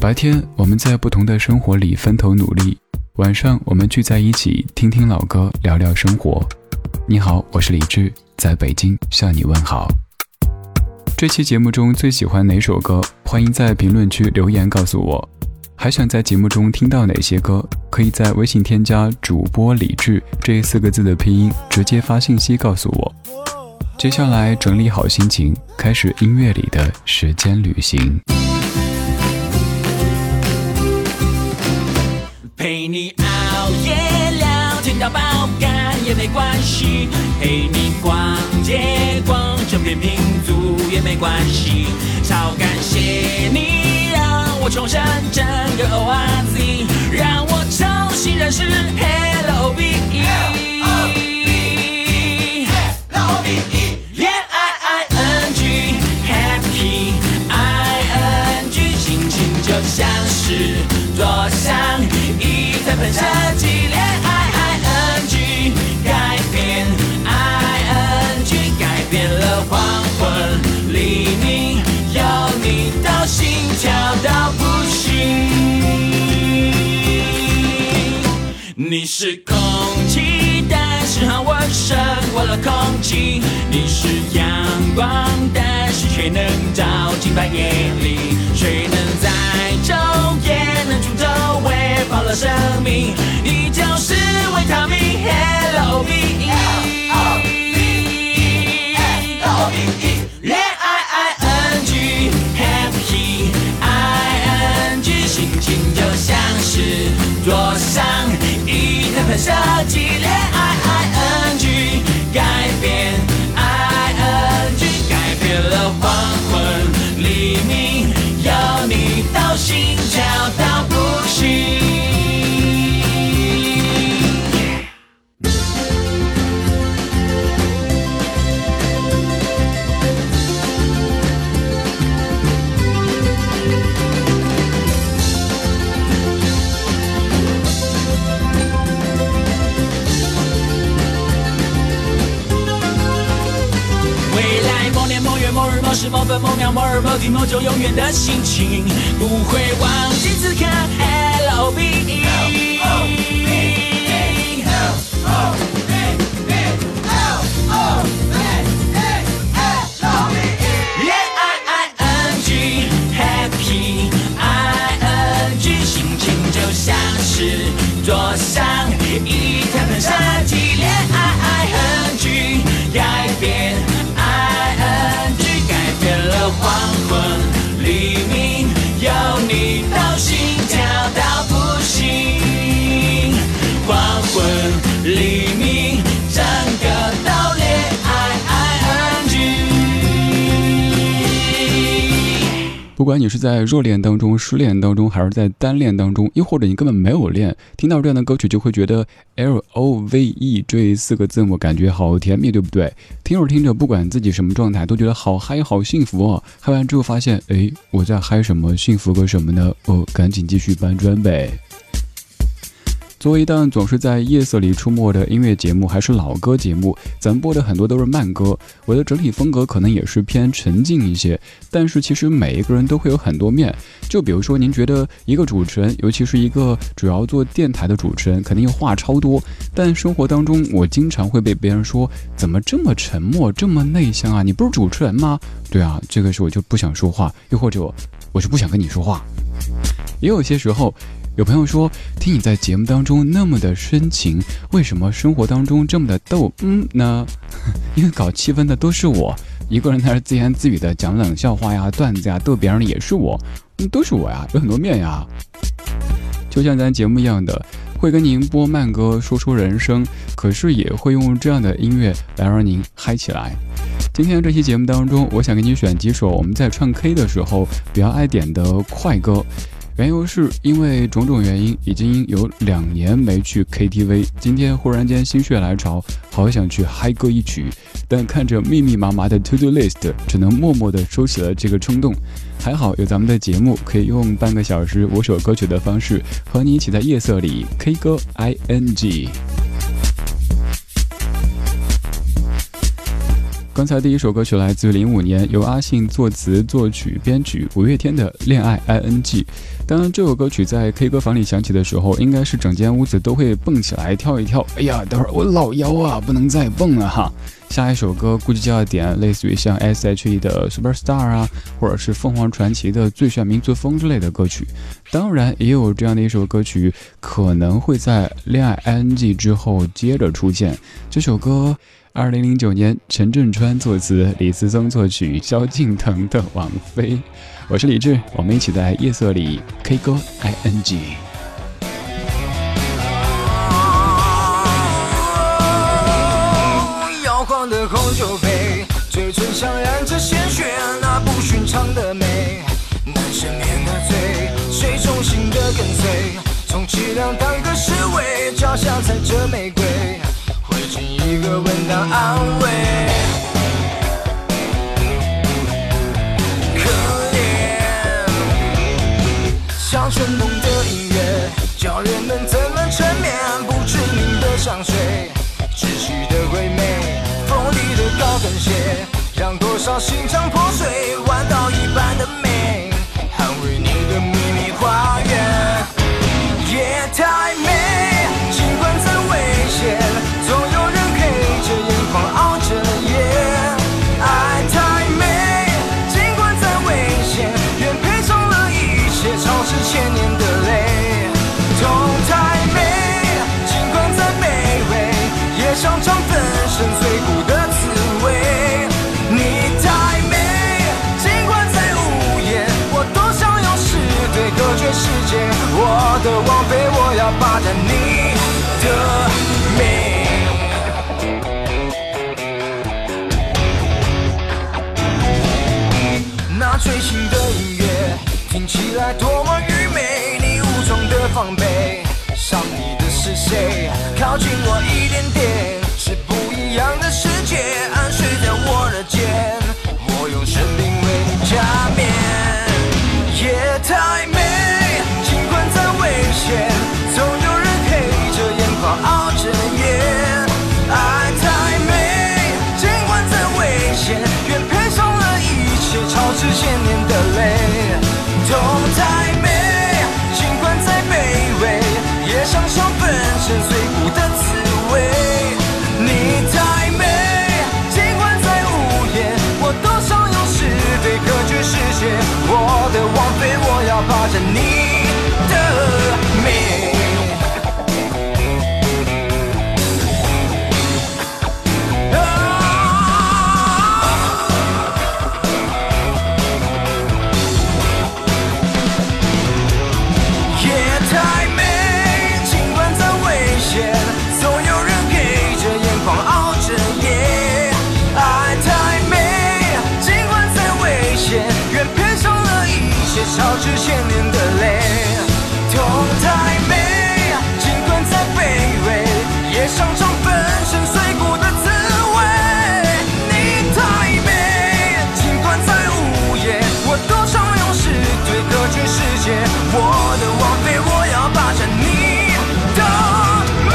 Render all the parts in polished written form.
白天我们在不同的生活里分头努力，晚上我们聚在一起听听老歌，聊聊生活。你好，我是李志，在北京向你问好。这期节目中最喜欢哪首歌？欢迎在评论区留言告诉我。还想在节目中听到哪些歌？可以在微信添加主播李志这4个字的拼音，直接发信息告诉我。接下来整理好心情，开始音乐里的时间旅行。 陪你熬夜聊天到爆肝也没关系，陪你逛街逛整片拼图也没关系，超感谢你让我重生整个 ORZ， 让我重新认识 LOVE。 Happy ING， 心情就像是坐上一台喷射机，恋爱 ING， 改变 ING， 改变了黄昏黎明，有你到心跳到不行。你是空气，但是和我胜过了空气，你是阳光，但是却能照进半夜里，谁能在昼夜能出走喂饱了生命，你就是维他命 LOVE。 恋爱 ING， Happy ING， 心情就像是坐上一台喷射机，恋爱 ING， 改变 ING， 改变了黄昏黎明，有你到心跳到不行。某日某时某分某秒某日某地某就永远的心情，不会忘记此刻 LOVE。 恋爱 ING， Happy ING， 心情就像是坐上一台喷射机，恋爱 ING， 改变黄昏黎明，有你到心跳到不行，黄昏黎明，整个都恋爱 ING。 不管你是在热恋当中、失恋当中，还是在单恋当中，又或者你根本没有恋，听到这样的歌曲就会觉得 LOVE 这4个字母感觉好甜蜜，对不对？听着听着，不管自己什么状态，都觉得好嗨好幸福哦。嗨完之后发现，我在嗨什么？幸福个什么呢？赶紧继续搬砖呗。作为一档总是在夜色里出没的音乐节目，还是老歌节目，咱们播的很多都是慢歌，我的整体风格可能也是偏沉静一些，但是其实每一个人都会有很多面。就比如说您觉得一个主持人，尤其是一个主要做电台的主持人，肯定话超多，但生活当中我经常会被别人说，怎么这么沉默这么内向啊，你不是主持人吗？对啊，这个时候我就不想说话，又或者我就不想跟你说话。也有些时候有朋友说，听你在节目当中那么的深情，为什么生活当中这么的逗呢？因为搞气氛的都是我，一个人在那自言自语的讲冷笑话呀、段子呀，逗别人的也是我，都是我呀，有很多面呀。就像咱节目一样的，会跟您播慢歌，说说人生，可是也会用这样的音乐来让您嗨起来。今天这期节目当中，我想给你选几首我们在唱 K 的时候比较爱点的快歌。缘由是因为种种原因，已经有2年没去 KTV， 今天忽然间心血来潮，好想去嗨歌一曲，但看着密密麻麻的 to do list， 只能默默地收起了这个冲动。还好有咱们的节目，可以用半个小时5首歌曲的方式，和你一起在夜色里 K 歌 ING。 刚才第一首歌曲来自于05年由阿信作词作曲编曲五月天的《恋爱 ING》。当然这首歌曲在 K 歌房里响起的时候，应该是整间屋子都会蹦起来跳一跳。哎呀，等会儿我老腰啊，不能再蹦了哈。下一首歌估计就要点类似于像 S.H.E 的 Superstar 啊，或者是凤凰传奇的最炫民族风之类的歌曲。当然也有这样的一首歌曲可能会在恋爱 ING 之后接着出现。这首歌2009年陈振川作词，李思松作曲，萧敬腾的《王菲》。我是李志，我们一起在夜色里 K 歌 ING。 摇晃的红酒杯，嘴唇上染着鲜血，那不寻常的美，难赦免的罪，谁忠心的跟随，充其量当个侍卫，脚下踩着玫瑰，会尽一个吻当安慰。可怜，像春梦的音乐，叫人们怎么沉眠？不知名的香水，窒息的鬼魅，锋利的高跟鞋，让多少心肠破碎，弯刀一般的美，捍卫你的秘密花园。夜太美，尽管再危险，总有人黑着眼眶熬着夜。爱太美，尽管再危险，愿赔偿了一切，超支千年的泪。痛太美，尽管再卑微，也想尝粉身碎骨的滋味。你太美，尽管再无言，我多想用誓对隔绝世界。我的王妃，我要霸占你的美。那最新的音乐听起来多么愚昧，你武装的防备，伤你的是谁？靠近我一点点，是不一样的世界，安睡在我的肩，我用生命为你加冕。夜太美，尽管再危险，总有人黑着眼眶熬着夜。爱太美，尽管再危险，愿赔偿了一切，超支千年的泪。痛太美，尽管再卑微，也想尝粉身碎骨的滋味。你太美，尽管再无言，我都想用誓对隔绝世界。我的王妃，我要霸占你的美。超支千年的泪，痛太美，尽管再卑微，也想尝粉身碎骨的滋味。你太美，尽管再无言，我多想用誓对隔绝世界。我的王妃，我要霸占你的美。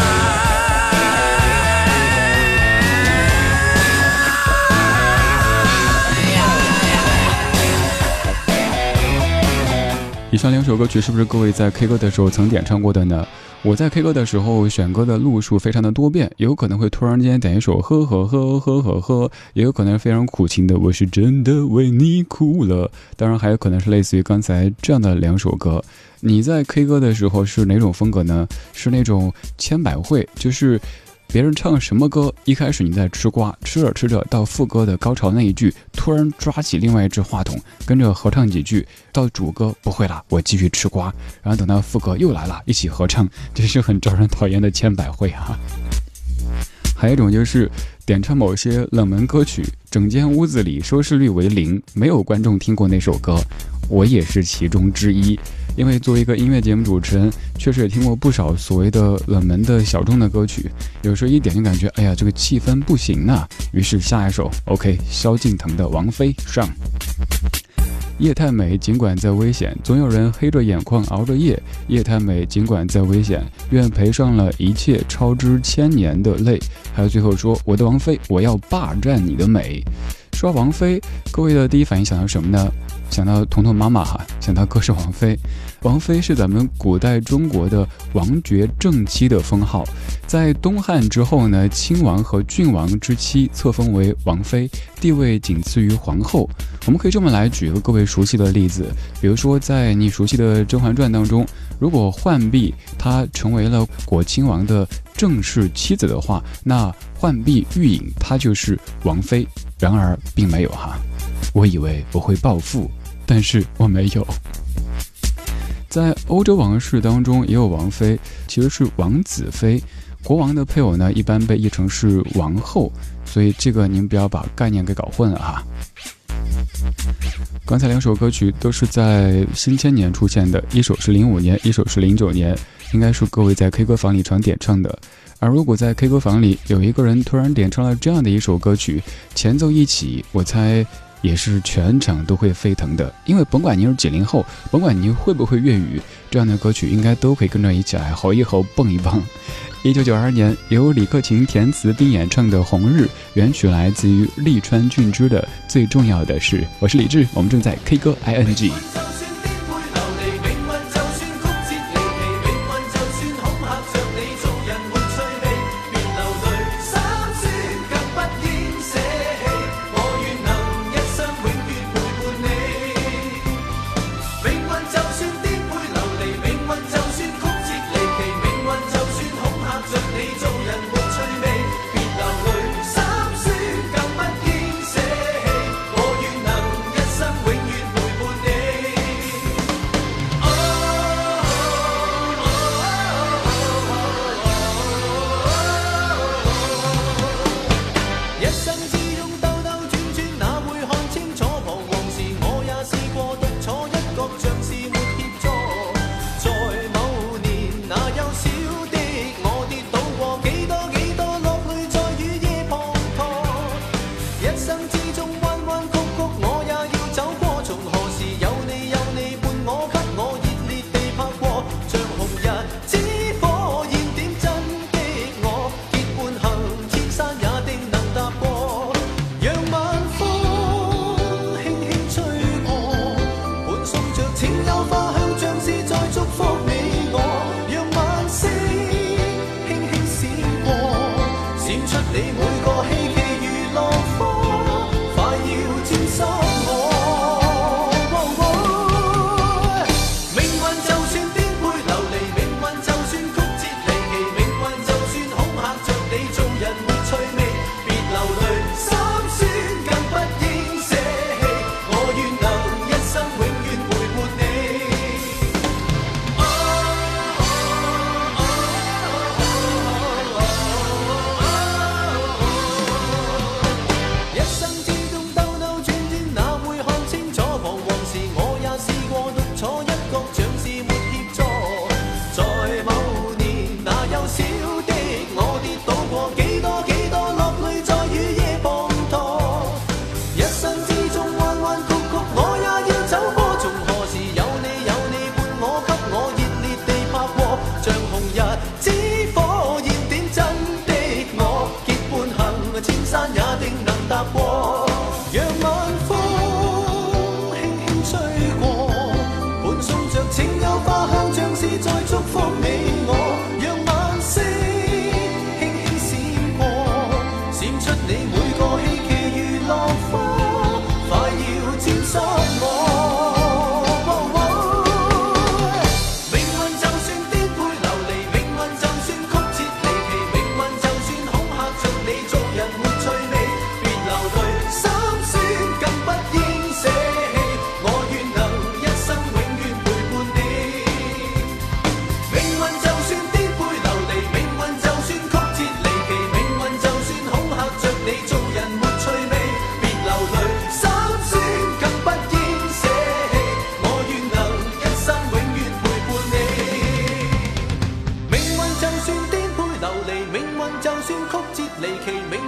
以上两首歌曲是不是各位在 K 歌的时候曾点唱过的呢？我在 K 歌的时候选歌的路数非常的多变，有可能会突然间点一首呵呵呵呵呵呵，也有可能是非常苦情的我是真的为你哭了，当然还有可能是类似于刚才这样的两首歌。你在 K 歌的时候是哪种风格呢？是那种千百惠，就是别人唱什么歌，一开始你在吃瓜，吃着吃着到副歌的高潮那一句，突然抓起另外一只话筒，跟着合唱几句，到主歌不会了，我继续吃瓜，然后等到副歌又来了，一起合唱，这是很招人讨厌的千百惠啊。还有一种就是点唱某些冷门歌曲，整间屋子里收视率为0，没有观众听过那首歌，我也是其中之一。因为作为一个音乐节目主持人，确实也听过不少所谓的冷门的小众的歌曲，有时候一点就感觉哎呀这个气氛不行啊，于是下一首 OK 萧敬腾的《王菲》上。 夜太美，尽管再危险，总有人黑着眼眶熬着夜。夜太美，尽管再危险，愿赔上了一切超支1000年的泪。还有最后说，我的王妃，我要霸占你的美。说王妃，各位的第一反应想到什么呢？想到彤彤妈妈哈，想到歌手王菲。王菲是咱们古代中国的王爵正妻的封号，在东汉之后呢，亲王和郡王之妻册封为王妃，地位仅次于皇后。我们可以这么来举一个各位熟悉的例子，比如说在你熟悉的《甄嬛传》当中，如果浣碧她成为了果亲王的正式妻子的话，那浣碧玉隐她就是王妃。然而并没有哈，我以为我会暴富，但是我没有。在欧洲王室当中也有王妃，其实是王子妃。国王的配偶呢，一般被译成是王后，所以这个您不要把概念给搞混了哈。刚才2首歌曲都是在新千年出现的，一首是05年，一首是09年，应该是各位在 K 歌房里常点唱的。而如果在 K 歌房里有一个人突然点唱了这样的一首歌曲，前奏一起，我猜也是全场都会沸腾的。因为甭管您是90后，甭管您会不会粤语，这样的歌曲应该都可以跟着一起来吼一吼蹦一蹦。1992年由李克勤填词并演唱的《红日》，原曲来自于利川俊之的《最重要的事》。我是李志，我们正在 K 歌 ING。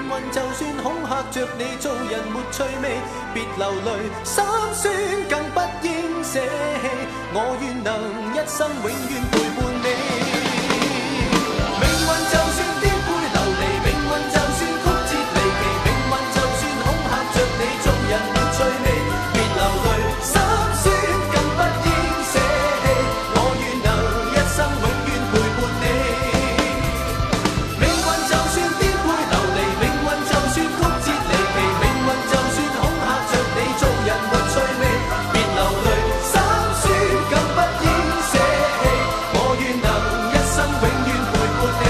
着你做人沒趣味，別流淚，心酸更不捨棄，我願能一生永遠陪伴你。命運就算顛沛流離，命運就算曲折離奇，命運就算恐嚇着你，做人沒趣味，別流淚，心酸更不應捨棄，我願能一生永遠陪伴你。命運就算顛沛流離，命運就算曲折離奇，命運就算恐嚇着你，做人沒趣味，別流淚，心酸更不應捨棄，我願能一生永遠陪伴你。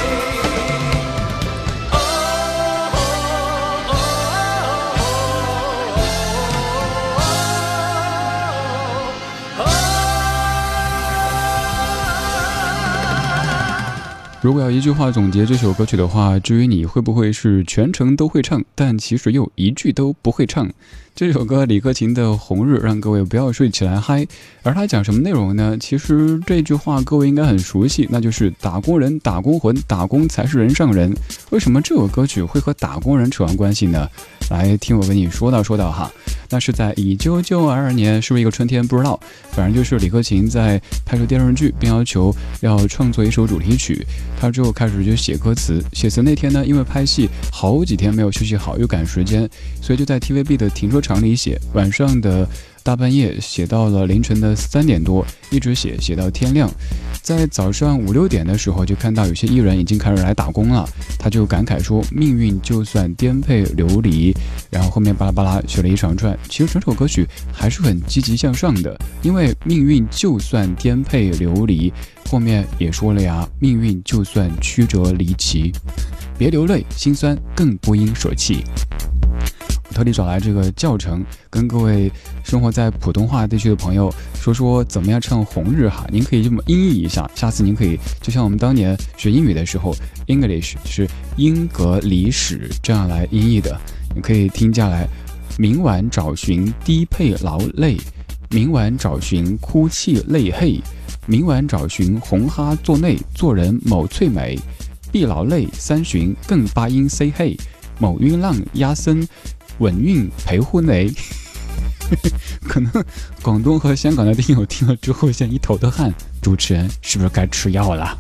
如果要一句话总结这首歌曲的话，至于你会不会是全程都会唱，但其实又一句都不会唱。这首歌李克勤的《红日》让各位不要睡起来嗨，而它讲什么内容呢？其实这句话各位应该很熟悉，那就是打工人打工魂，打工才是人上人。为什么这首歌曲会和打工人扯上关系呢？来听我跟你说道哈。那是在1992年，是不是一个春天不知道，反正就是李克勤在拍摄电视剧，并要求要创作一首主题曲。他之后开始就写歌词，写词那天呢，因为拍戏好几天没有休息好，又赶时间，所以就在 TVB 的停车场里写，晚上的大半夜写到了凌晨的3点多，一直写到天亮。在早上5、6点的时候，就看到有些艺人已经开始来打工了，他就感慨说命运就算颠沛流离，然后后面巴拉巴拉写了一长串。其实整首歌曲还是很积极向上的，因为命运就算颠沛流离，后面也说了呀，命运就算曲折离奇，别流泪，心酸更不应舍弃。我特地找来这个教程，跟各位生活在普通话地区的朋友说怎么样唱《红日》哈，您可以这么音译一下，下次您可以就像我们当年学英语的时候 ，English 是英格里史这样来音译的，你可以听下来：明晚找寻低配劳累，明晚找寻哭泣泪嘿，明晚找寻红哈作内，做人某翠美，必劳累三旬更八音 say 嘿，某晕浪压森。稳运陪护内可能广东和香港的听友听了之后现在一头的汗，主持人是不是该吃药了？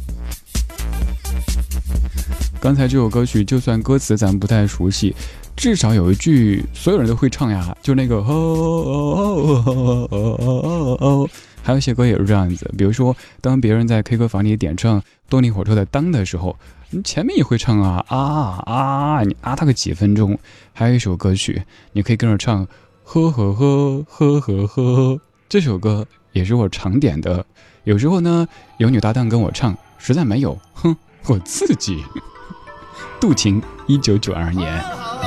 刚才这首歌曲就算歌词咱们不太熟悉，至少有一句所有人都会唱呀，就那个还有一些歌也是这样子，比如说当别人在 K 歌房里点唱动力火车的当的时候，你前面也会唱你他个几分钟。还有一首歌曲你可以跟着唱呵呵呵呵呵呵，这首歌也是我常点的，有时候呢有女搭档跟我唱，实在没有我自己。杜琴1992年。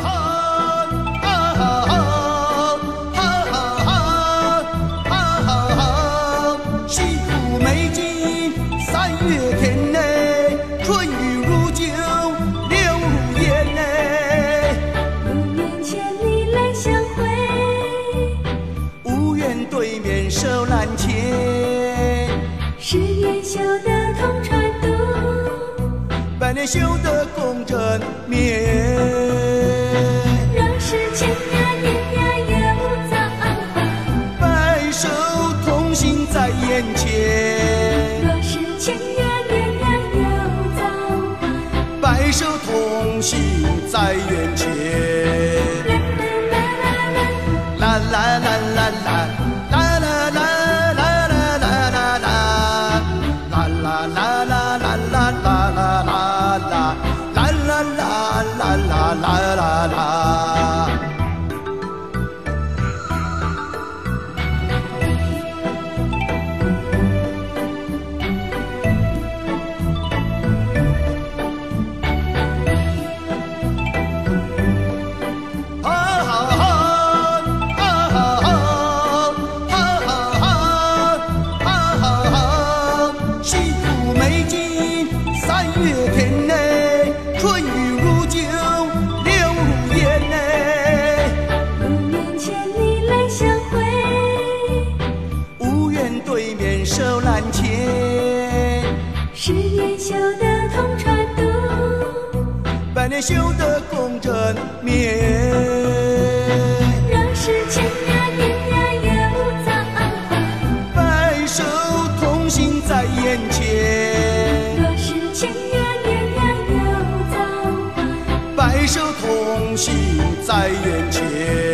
修得共枕眠， 若是千呀年呀又早还， 白首同行在眼前。 若是千呀年呀又早还， 白首同行在眼前。啦啦啦啦啦。修得共枕眠， 若是千呀年呀又早还， 星在眼前。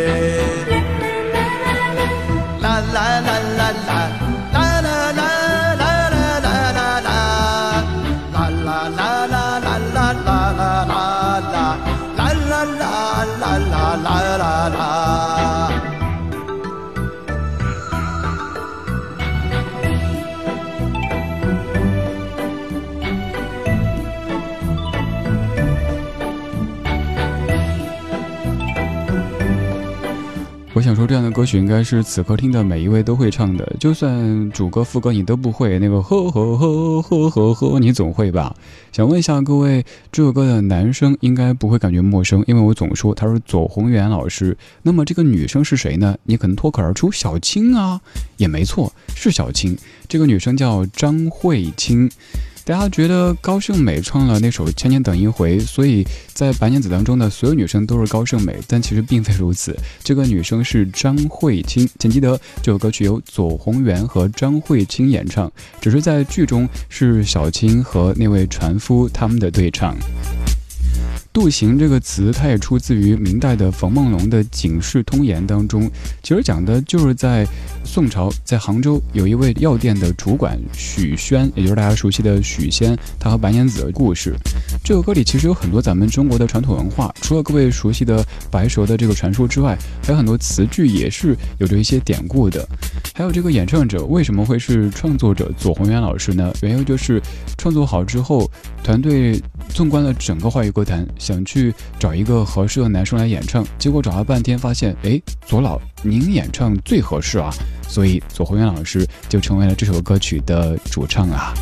啦啦啦啦啦。 我想说，这样的歌曲应该是此刻听的每一位都会唱的，就算主歌副歌你都不会，那个呵呵呵呵呵呵你总会吧。想问一下各位，这首歌的男生应该不会感觉陌生，因为我总说他是左宏元老师。那么这个女生是谁呢？你可能脱口而出小青啊，也没错，是小青。这个女生叫张慧清。大家觉得高胜美唱了那首《千年等一回》，所以在白娘子当中的所有女生都是高胜美，但其实并非如此。这个女生是张慧清，请记得这首歌曲由左宏元和张慧清演唱，只是在剧中是小青和那位船夫他们的对唱。渡行这个词，它也出自于明代的冯梦龙的《警世通言》当中，其实讲的就是在宋朝，在杭州有一位药店的主管许宣，也就是大家熟悉的许仙，他和白娘子的故事。这个歌里其实有很多咱们中国的传统文化，除了各位熟悉的白蛇的这个传说之外，还有很多词句也是有着一些典故的。还有这个演唱者为什么会是创作者左宏元老师呢？原因就是创作好之后，团队纵观了整个华语歌坛，想去找一个合适的男生来演唱，结果找了半天发现，左老您演唱最合适啊，所以左宏元老师就成为了这首歌曲的主唱啊。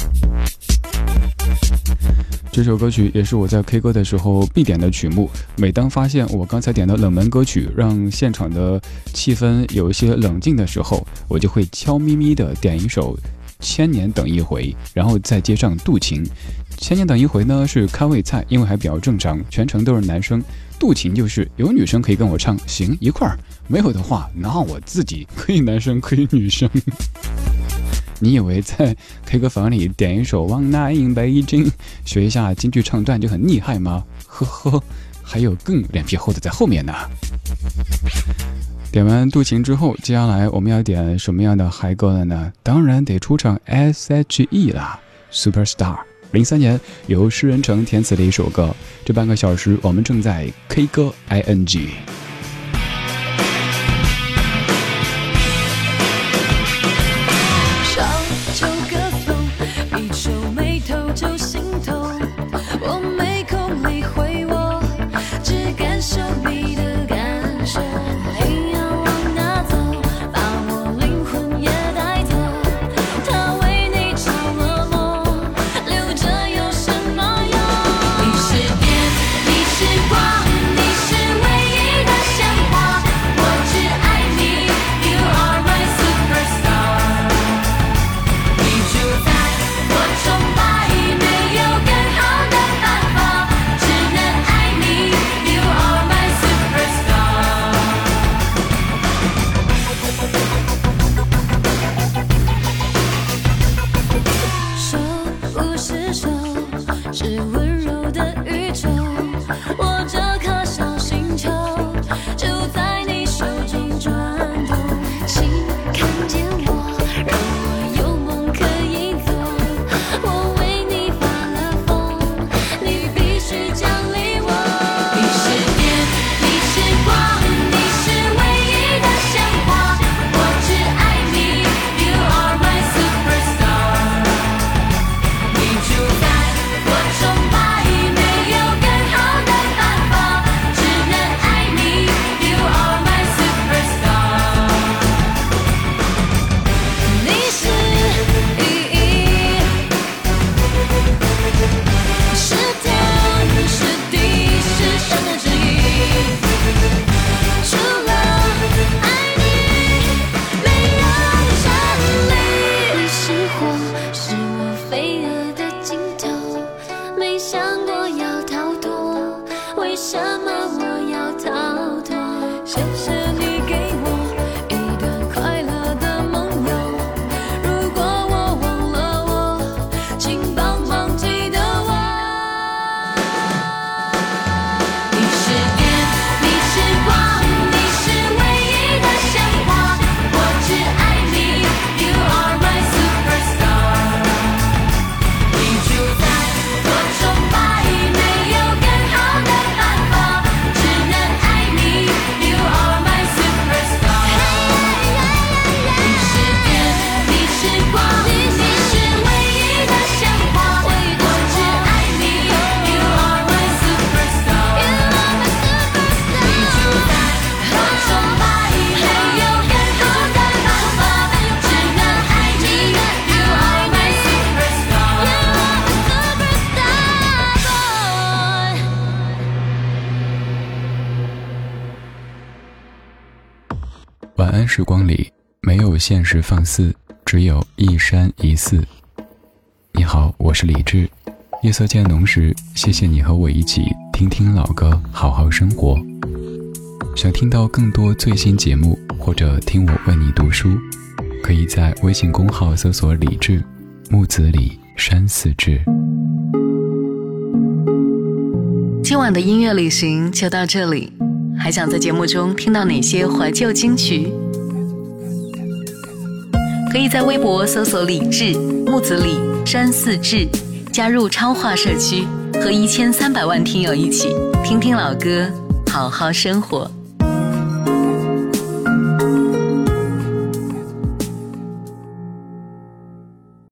这首歌曲也是我在 K 歌的时候必点的曲目，每当发现我刚才点的冷门歌曲让现场的气氛有一些冷静的时候，我就会悄咪咪的点一首千年等一回，然后再接上渡情。千年等一回呢是开胃菜，因为还比较正常，全程都是男生。渡情就是有女生可以跟我唱，行一块儿，没有的话那我自己可以男生可以女生。你以为在 K 歌房里点一首《One Night in 北京》，学一下京剧唱段就很厉害吗？呵呵，还有更脸皮厚的在后面呢。点完渡情之后，接下来我们要点什么样的嗨歌了呢？当然得出场 SHE 啦 ，Superstar。03年由施仁成填词的一首歌，这半个小时我们正在 K 歌 ING。 你是电，你是光，你是唯一的般时光里没有现实放肆，只有一山一寺。你好，我是李志。夜色渐浓时，谢谢你和我一起听听老歌，好好生活。想听到更多最新节目，或者听我为你读书，可以在微信公号搜索李志，木子李，山寺志。 今晚的音乐旅行就到这里，还想在节目中听到哪些怀旧金曲？可以在微博搜索李志，木子李，山寺志，加入超话社区，和1300万听友一起听听老歌，好好生活。